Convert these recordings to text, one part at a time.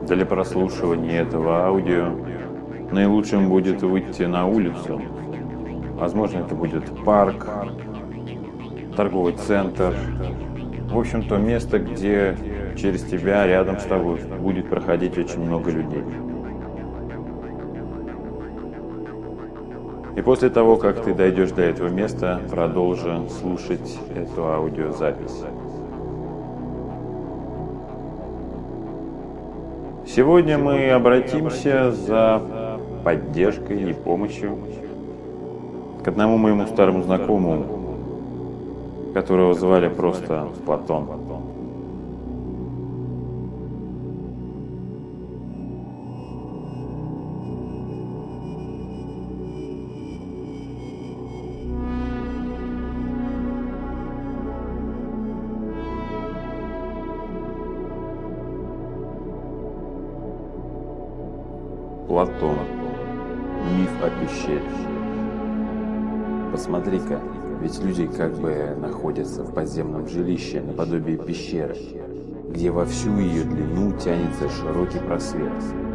Для прослушивания этого аудио наилучшим будет выйти на улицу. Возможно, это будет парк, торговый центр. В общем, то место, где через тебя, рядом с тобой, будет проходить очень много людей. И после того, как ты дойдешь до этого места, продолжи слушать эту аудиозапись. Сегодня мы обратимся за поддержкой и помощью к одному моему старому знакомому, которого звали просто Платон. Платон. Миф о пещере. Посмотри-ка, ведь люди как бы находятся в подземном жилище наподобие пещеры, где во всю ее длину тянется широкий просвет.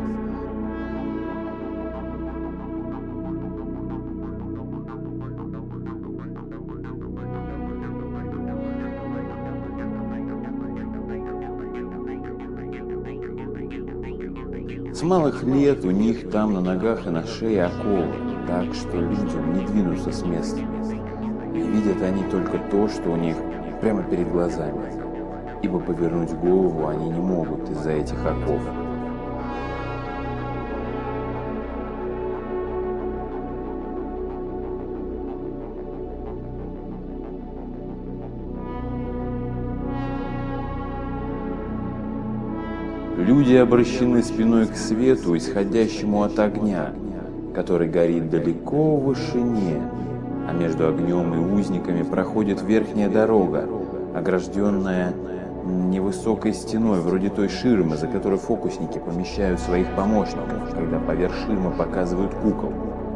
С малых лет у них там на ногах и на шее оковы, так что людям не двинуться с места. И видят они только то, что у них прямо перед глазами, ибо повернуть голову они не могут из-за этих оков. Люди обращены спиной к свету, исходящему от огня, который горит далеко в вышине, а между огнем и узниками проходит верхняя дорога, огражденная невысокой стеной, вроде той ширмы, за которой фокусники помещают своих помощников, когда поверх ширмы показывают кукол.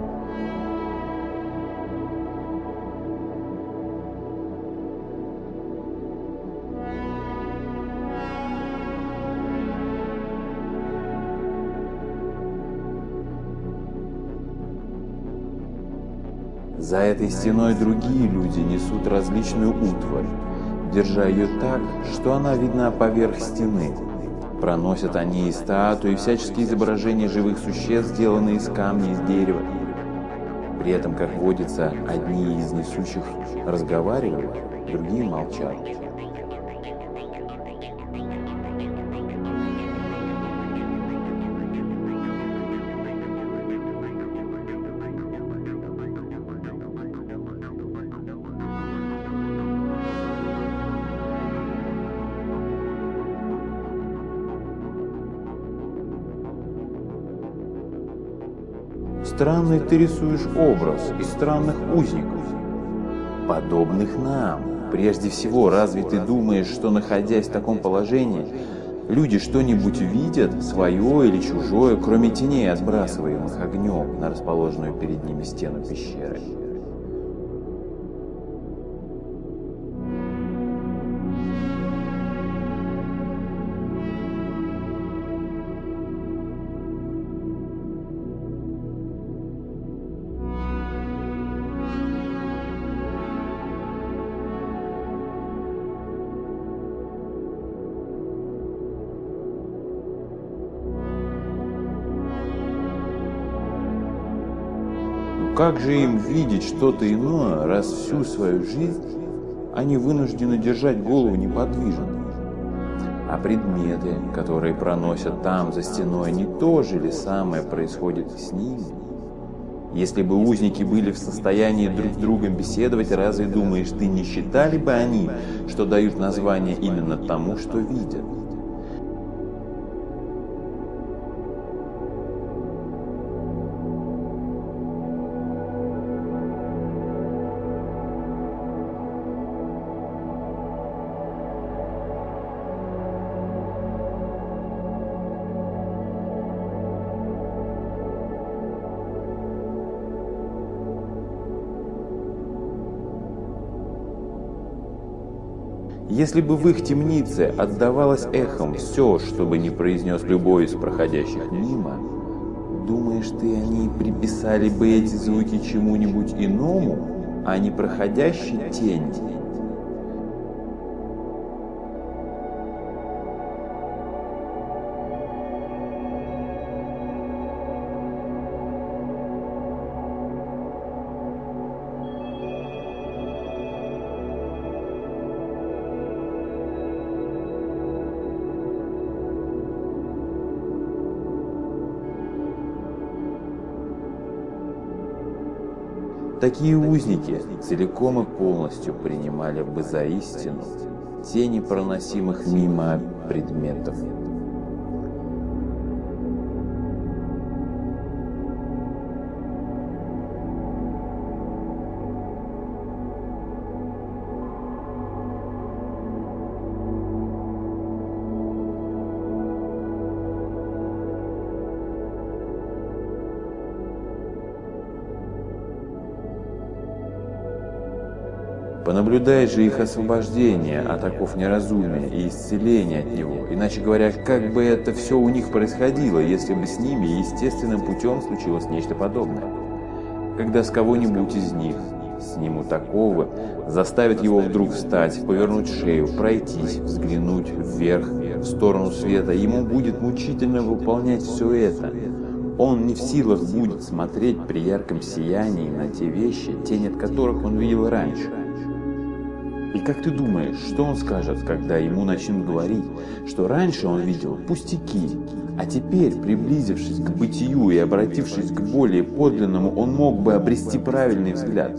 За этой стеной другие люди несут различную утварь, держа ее так, что она видна поверх стены. Проносят они и статуи, и всяческие изображения живых существ, сделанные из камня, из дерева. При этом, как водится, одни из несущих разговаривают, другие молчат. Странный ты рисуешь образ из странных узников, подобных нам. Прежде всего, разве ты думаешь, что, находясь в таком положении, люди что-нибудь видят, свое или чужое, кроме теней, отбрасываемых огнем на расположенную перед ними стену пещеры? Как же им видеть что-то иное, раз всю свою жизнь они вынуждены держать голову неподвижно? А предметы, которые проносят там за стеной, не то же ли самое происходит с ними? Если бы узники были в состоянии друг с другом беседовать, разве думаешь, ты не считали бы они, что дают название именно тому, что видят? Если бы в их темнице отдавалось эхом все, что бы ни произнес любой из проходящих мимо, думаешь ты, они приписали бы эти звуки чему-нибудь иному, а не проходящей тени? Такие узники целиком и полностью принимали бы за истину тени проносимых мимо предметов. Понаблюдай же их освобождение от оков неразумия и исцеление от него. Иначе говоря, как бы это все у них происходило, если бы с ними естественным путем случилось нечто подобное? Когда с кого-нибудь из них снимут оковы, заставят его вдруг встать, повернуть шею, пройтись, взглянуть вверх, в сторону света, ему будет мучительно выполнять все это. Он не в силах будет смотреть при ярком сиянии на те вещи, тень от которых он видел раньше. И как ты думаешь, что он скажет, когда ему начнут говорить, что раньше он видел пустяки, а теперь, приблизившись к бытию и обратившись к более подлинному, он мог бы обрести правильный взгляд?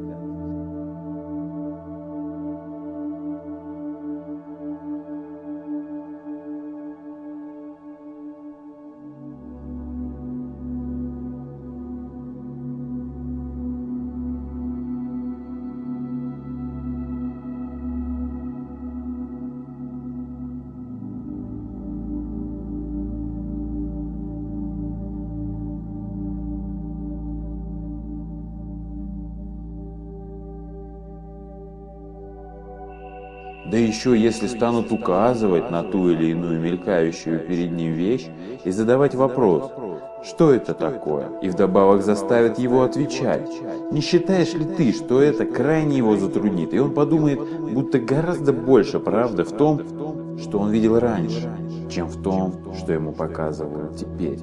Да еще если станут указывать на ту или иную мелькающую перед ним вещь и задавать вопрос, что это такое, и вдобавок заставят его отвечать. Не считаешь ли ты, что это крайне его затруднит, и он подумает, будто гораздо больше правды в том, что он видел раньше, чем в том, что ему показывают теперь?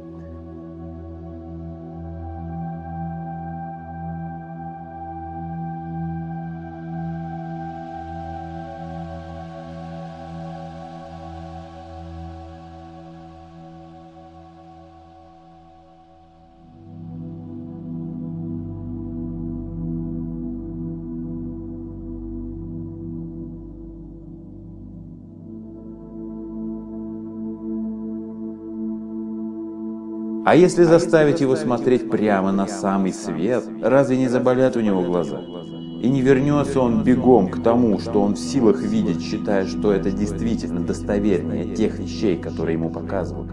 А если заставить его смотреть прямо на самый свет, разве не заболят у него глаза? И не вернется он бегом к тому, что он в силах видеть, считая, что это действительно достовернее тех вещей, которые ему показывают?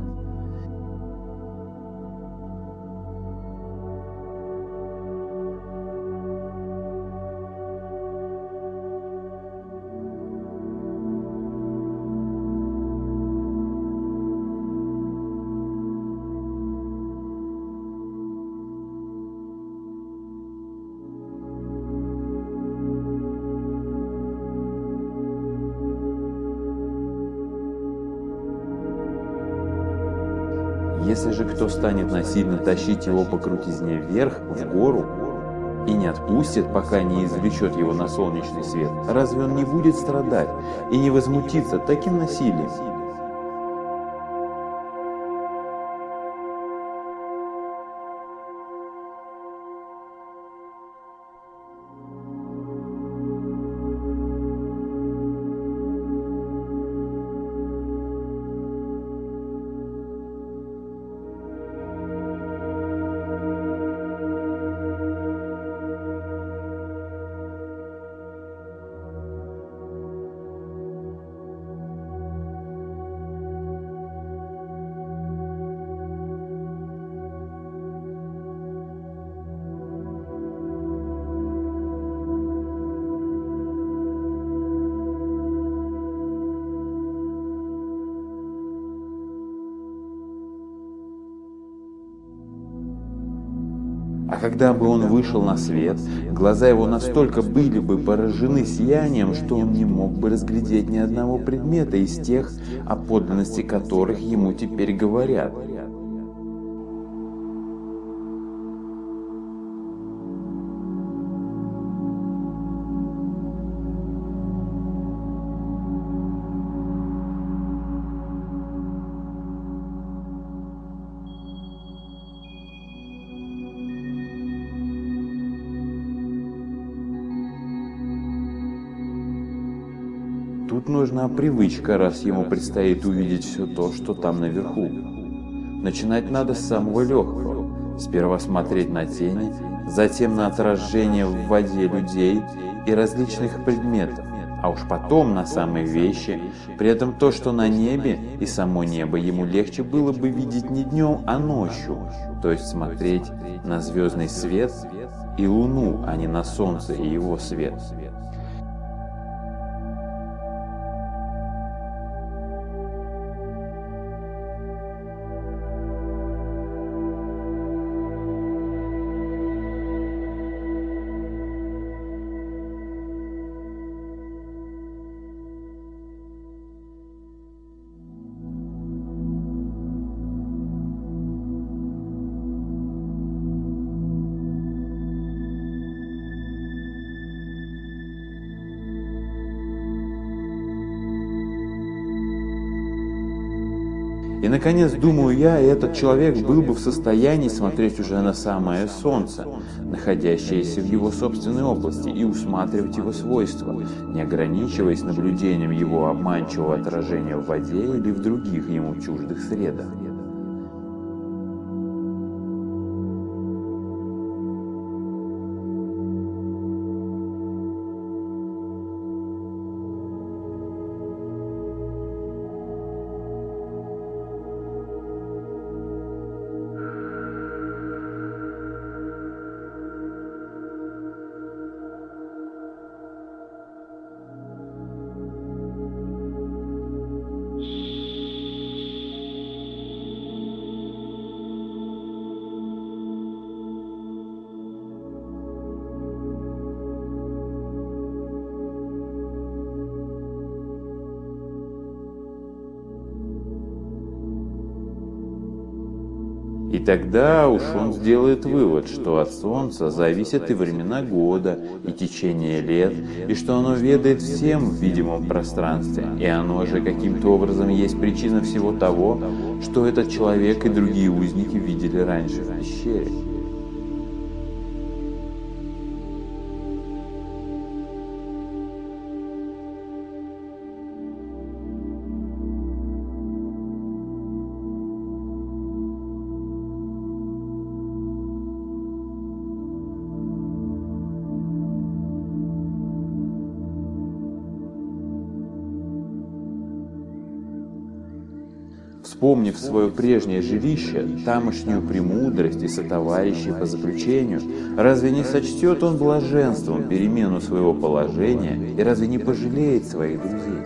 Если же кто станет насильно тащить его по крутизне вверх, в гору, и не отпустит, пока не извлечет его на солнечный свет, разве он не будет страдать и не возмутиться таким насилием? А когда бы он вышел на свет, глаза его настолько были бы поражены сиянием, что он не мог бы разглядеть ни одного предмета из тех, о подлинности которых ему теперь говорят. Тут нужна привычка, раз ему предстоит увидеть все то, что там наверху. Начинать надо с самого легкого. Сперва смотреть на тени, затем на отражение в воде людей и различных предметов, а уж потом на самые вещи. При этом то, что на небе и само небо ему легче было бы видеть не днем, а ночью, то есть смотреть на звездный свет и луну, а не на солнце и его свет. И, наконец, думаю я, этот человек был бы в состоянии смотреть уже на самое Солнце, находящееся в его собственной области, и усматривать его свойства, не ограничиваясь наблюдением его обманчивого отражения в воде или в других ему чуждых средах. И тогда уж он сделает вывод, что от Солнца зависят и времена года, и течение лет, и что оно ведает всем в видимом пространстве, и оно же каким-то образом есть причина всего того, что этот человек и другие узники видели раньше в пещере. Вспомнив свое прежнее жилище, тамошнюю премудрость и сотоварищей по заключению, разве не сочтет он блаженством перемену своего положения и разве не пожалеет своих друзей?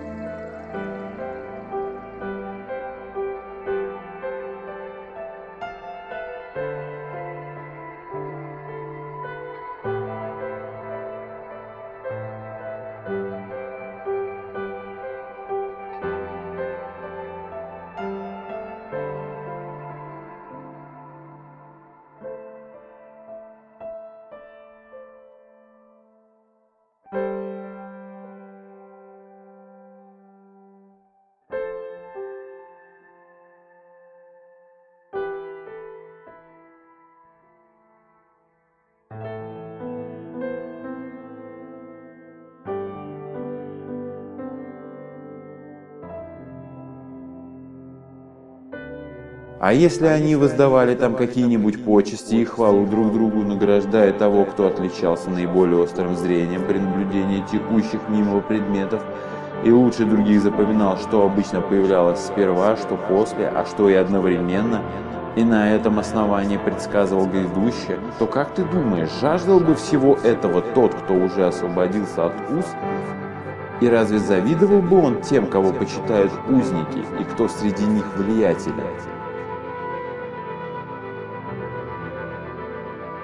А если они воздавали там какие-нибудь почести и хвалу друг другу, награждая того, кто отличался наиболее острым зрением при наблюдении текущих мимо предметов, и лучше других запоминал, что обычно появлялось сперва, что после, а что и одновременно, и на этом основании предсказывал грядущее, то как ты думаешь, жаждал бы всего этого тот, кто уже освободился от уз? И разве завидовал бы он тем, кого почитают узники, и кто среди них влиятелен?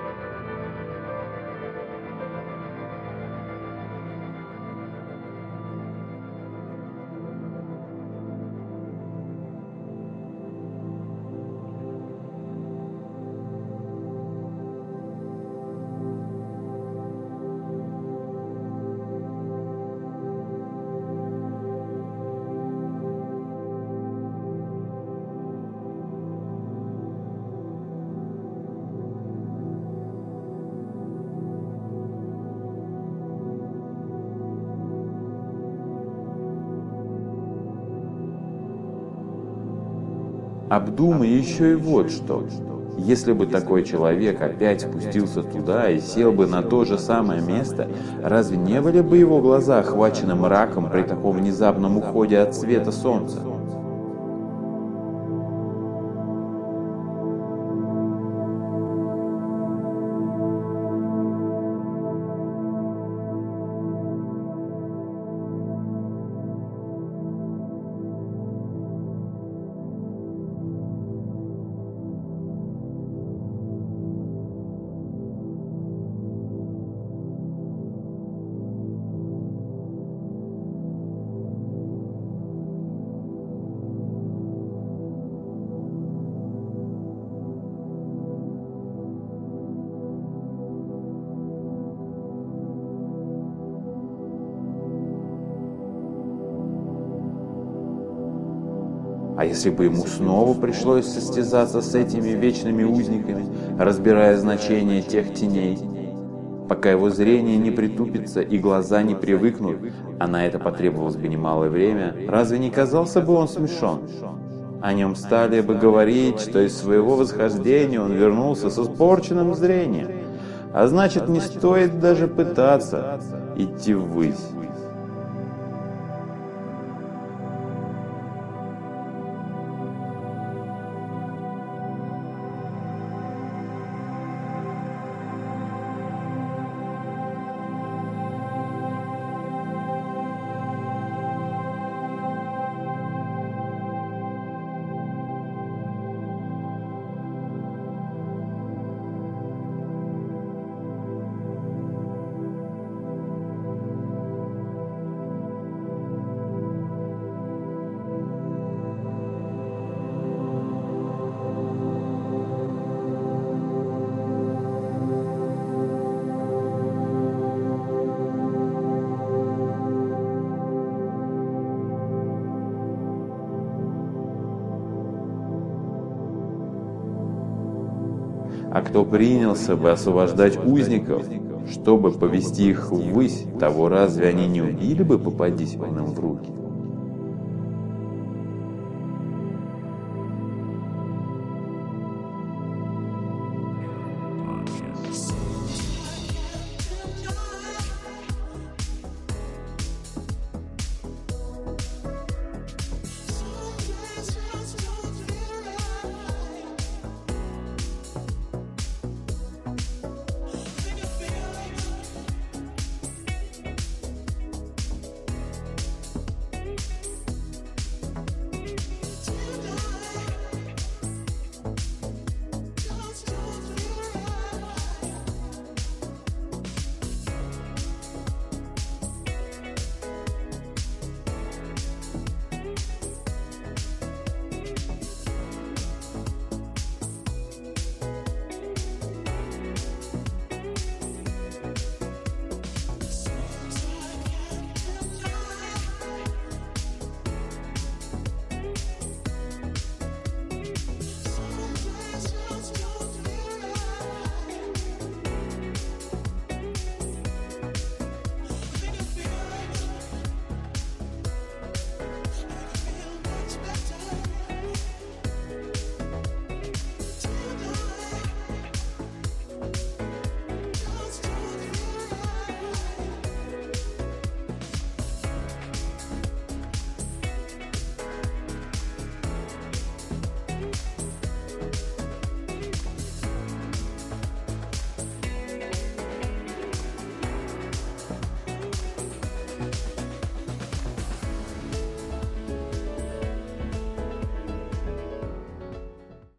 Обдумай еще и вот что. Если бы такой человек опять спустился туда и сел бы на то же самое место, разве не были бы его глаза охвачены мраком при таком внезапном уходе от света солнца? А если бы ему снова пришлось состязаться с этими вечными узниками, разбирая значение тех теней? Пока его зрение не притупится и глаза не привыкнут, а на это потребовалось бы немалое время, разве не казался бы он смешон? О нем стали бы говорить, что из своего восхождения он вернулся с испорченным зрением, а значит, не стоит даже пытаться идти ввысь. А кто принялся бы освобождать узников, чтобы повести их ввысь, того разве они не убили бы, попадись он им в руки?